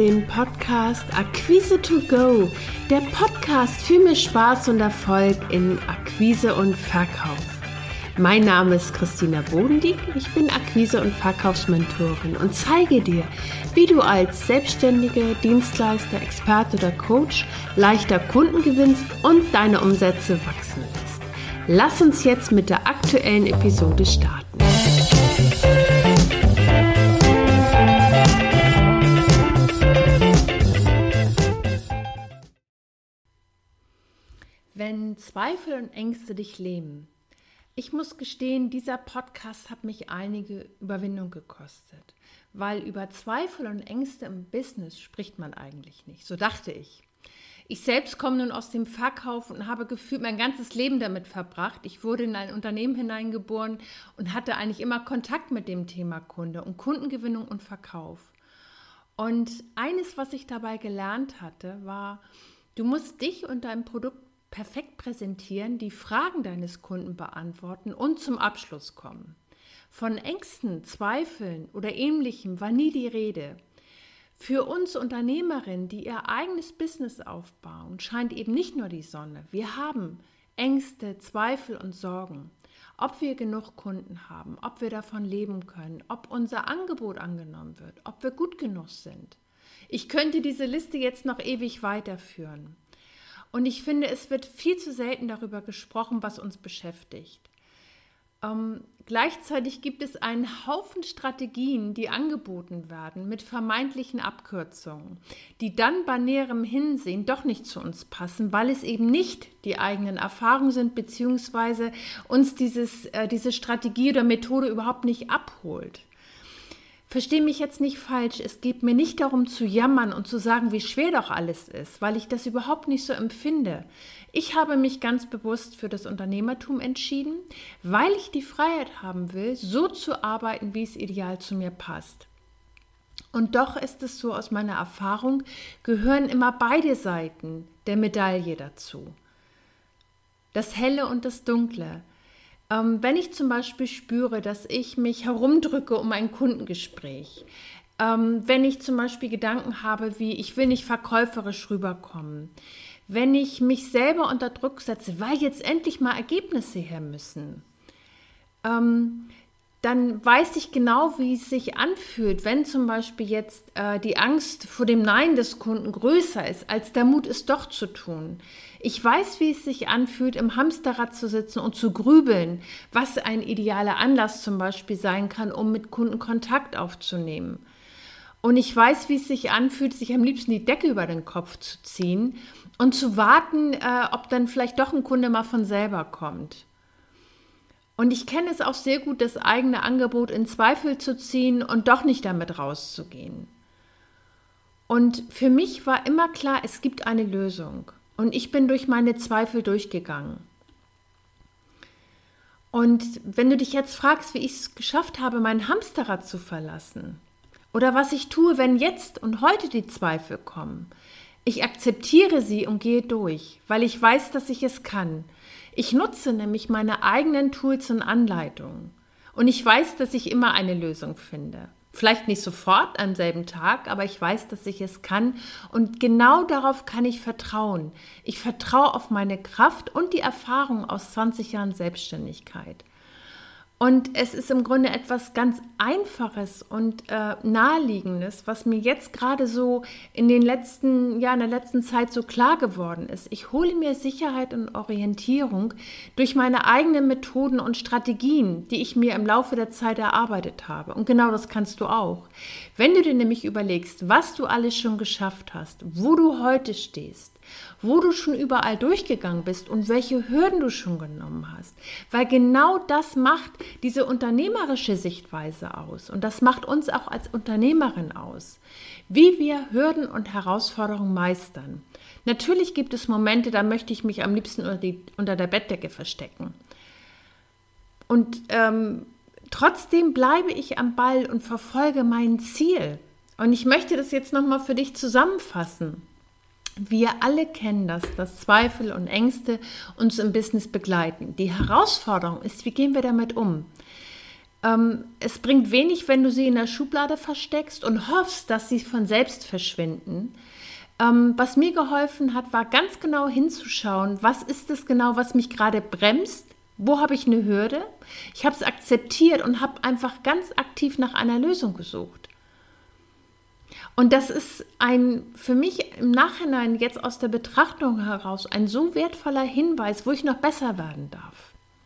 den Podcast Akquise to Go, der Podcast für mehr Spaß und Erfolg in Akquise und Verkauf. Mein Name ist Christina Bodendieck, ich bin Akquise- und Verkaufsmentorin und zeige dir, wie du als Selbstständige, Dienstleister, Experte oder Coach leichter Kunden gewinnst und deine Umsätze wachsen lässt. Lass uns jetzt mit der aktuellen Episode starten. Wenn Zweifel und Ängste dich lähmen. Ich muss gestehen, dieser Podcast hat mich einige Überwindung gekostet, weil über Zweifel und Ängste im Business spricht man eigentlich nicht, so dachte ich. Ich selbst komme nun aus dem Verkauf und habe gefühlt mein ganzes Leben damit verbracht. Ich wurde in ein Unternehmen hineingeboren und hatte eigentlich immer Kontakt mit dem Thema Kunde und Kundengewinnung und Verkauf. Und eines, was ich dabei gelernt hatte, war, du musst dich und dein Produkt perfekt präsentieren, die Fragen deines Kunden beantworten und zum Abschluss kommen. Von Ängsten, Zweifeln oder Ähnlichem war nie die Rede. Für uns Unternehmerinnen, die ihr eigenes Business aufbauen, scheint eben nicht nur die Sonne. Wir haben Ängste, Zweifel und Sorgen. Ob wir genug Kunden haben, ob wir davon leben können, ob unser Angebot angenommen wird, ob wir gut genug sind. Ich könnte diese Liste jetzt noch ewig weiterführen. Und ich finde, es wird viel zu selten darüber gesprochen, was uns beschäftigt. Gleichzeitig gibt es einen Haufen Strategien, die angeboten werden mit vermeintlichen Abkürzungen, die dann bei näherem Hinsehen doch nicht zu uns passen, weil es eben nicht die eigenen Erfahrungen sind, beziehungsweise uns diese Strategie oder Methode überhaupt nicht abholt. Versteh mich jetzt nicht falsch, es geht mir nicht darum zu jammern und zu sagen, wie schwer doch alles ist, weil ich das überhaupt nicht so empfinde. Ich habe mich ganz bewusst für das Unternehmertum entschieden, weil ich die Freiheit haben will, so zu arbeiten, wie es ideal zu mir passt. Und doch ist es so, aus meiner Erfahrung gehören immer beide Seiten der Medaille dazu. Das Helle und das Dunkle. Wenn ich zum Beispiel spüre, dass ich mich herumdrücke um ein Kundengespräch, wenn ich zum Beispiel Gedanken habe, wie ich will nicht verkäuferisch rüberkommen, wenn ich mich selber unter Druck setze, weil jetzt endlich mal Ergebnisse her müssen, dann weiß ich genau, wie es sich anfühlt, wenn zum Beispiel jetzt die Angst vor dem Nein des Kunden größer ist, als der Mut, es doch zu tun. Ich weiß, wie es sich anfühlt, im Hamsterrad zu sitzen und zu grübeln, was ein idealer Anlass zum Beispiel sein kann, um mit Kunden Kontakt aufzunehmen. Und ich weiß, wie es sich anfühlt, sich am liebsten die Decke über den Kopf zu ziehen und zu warten, ob dann vielleicht doch ein Kunde mal von selber kommt. Und ich kenne es auch sehr gut, das eigene Angebot in Zweifel zu ziehen und doch nicht damit rauszugehen. Und für mich war immer klar, es gibt eine Lösung. Und ich bin durch meine Zweifel durchgegangen. Und wenn du dich jetzt fragst, wie ich es geschafft habe, mein Hamsterrad zu verlassen, oder was ich tue, wenn jetzt und heute die Zweifel kommen, ich akzeptiere sie und gehe durch, weil ich weiß, dass ich es kann. Ich nutze nämlich meine eigenen Tools und Anleitungen. Und ich weiß, dass ich immer eine Lösung finde. Vielleicht nicht sofort am selben Tag, aber ich weiß, dass ich es kann. Und genau darauf kann ich vertrauen. Ich vertraue auf meine Kraft und die Erfahrung aus 20 Jahren Selbstständigkeit. Und es ist im Grunde etwas ganz Einfaches und Naheliegendes, was mir jetzt gerade so in der letzten Zeit so klar geworden ist. Ich hole mir Sicherheit und Orientierung durch meine eigenen Methoden und Strategien, die ich mir im Laufe der Zeit erarbeitet habe. Und genau das kannst du auch. Wenn du dir nämlich überlegst, was du alles schon geschafft hast, wo du heute stehst, wo du schon überall durchgegangen bist und welche Hürden du schon genommen hast. Weil genau das macht diese unternehmerische Sichtweise aus und das macht uns auch als Unternehmerin aus, wie wir Hürden und Herausforderungen meistern. Natürlich gibt es Momente, da möchte ich mich am liebsten unter der Bettdecke verstecken. Und trotzdem bleibe ich am Ball und verfolge mein Ziel. Und ich möchte das jetzt nochmal für dich zusammenfassen. Wir alle kennen das, dass Zweifel und Ängste uns im Business begleiten. Die Herausforderung ist, wie gehen wir damit um? Es bringt wenig, wenn du sie in der Schublade versteckst und hoffst, dass sie von selbst verschwinden. Was mir geholfen hat, war ganz genau hinzuschauen, was ist es genau, was mich gerade bremst, wo habe ich eine Hürde. Ich habe es akzeptiert und habe einfach ganz aktiv nach einer Lösung gesucht. Und das ist für mich im Nachhinein jetzt aus der Betrachtung heraus ein so wertvoller Hinweis, wo ich noch besser werden darf.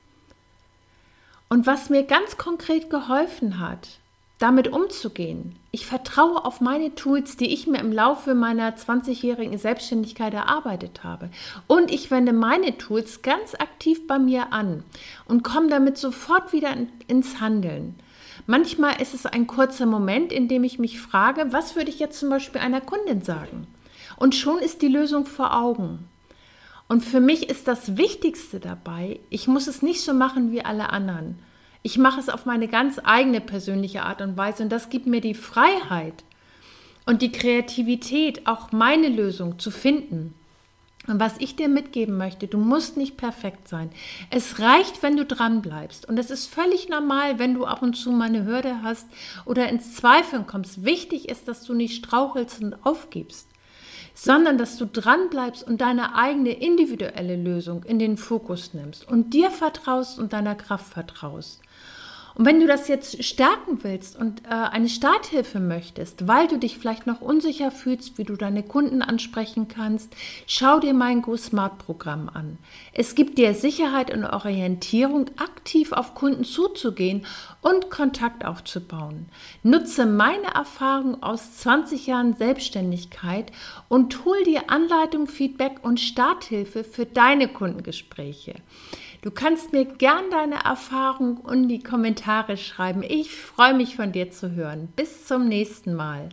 Und was mir ganz konkret geholfen hat, damit umzugehen, ich vertraue auf meine Tools, die ich mir im Laufe meiner 20-jährigen Selbstständigkeit erarbeitet habe. Und ich wende meine Tools ganz aktiv bei mir an und komme damit sofort wieder ins Handeln. Manchmal ist es ein kurzer Moment, in dem ich mich frage, was würde ich jetzt zum Beispiel einer Kundin sagen? Und schon ist die Lösung vor Augen. Und für mich ist das Wichtigste dabei, ich muss es nicht so machen wie alle anderen. Ich mache es auf meine ganz eigene persönliche Art und Weise und das gibt mir die Freiheit und die Kreativität, auch meine Lösung zu finden. Und was ich dir mitgeben möchte, du musst nicht perfekt sein. Es reicht, wenn du dran bleibst. Und es ist völlig normal, wenn du ab und zu mal eine Hürde hast oder ins Zweifeln kommst. Wichtig ist, dass du nicht strauchelst und aufgibst, sondern dass du dran bleibst und deine eigene individuelle Lösung in den Fokus nimmst und dir vertraust und deiner Kraft vertraust. Und wenn du das jetzt stärken willst und eine Starthilfe möchtest, weil du dich vielleicht noch unsicher fühlst, wie du deine Kunden ansprechen kannst, schau dir mein GoSmart-Programm an. Es gibt dir Sicherheit und Orientierung, aktiv auf Kunden zuzugehen und Kontakt aufzubauen. Nutze meine Erfahrung aus 20 Jahren Selbstständigkeit und hol dir Anleitung, Feedback und Starthilfe für deine Kundengespräche. Du kannst mir gern deine Erfahrung in die Kommentare schreiben. Ich freue mich, von dir zu hören. Bis zum nächsten Mal.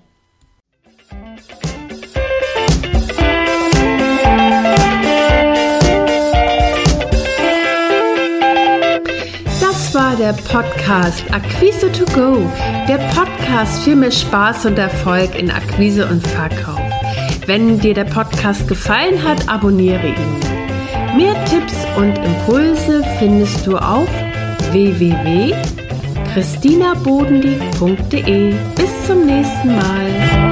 Das war der Podcast Akquise to Go, der Podcast für mehr Spaß und Erfolg in Akquise und Verkauf. Wenn dir der Podcast gefallen hat, abonniere ihn. Mehr Tipps und Impulse findest du auf www.christinabodendieck.de. Bis zum nächsten Mal.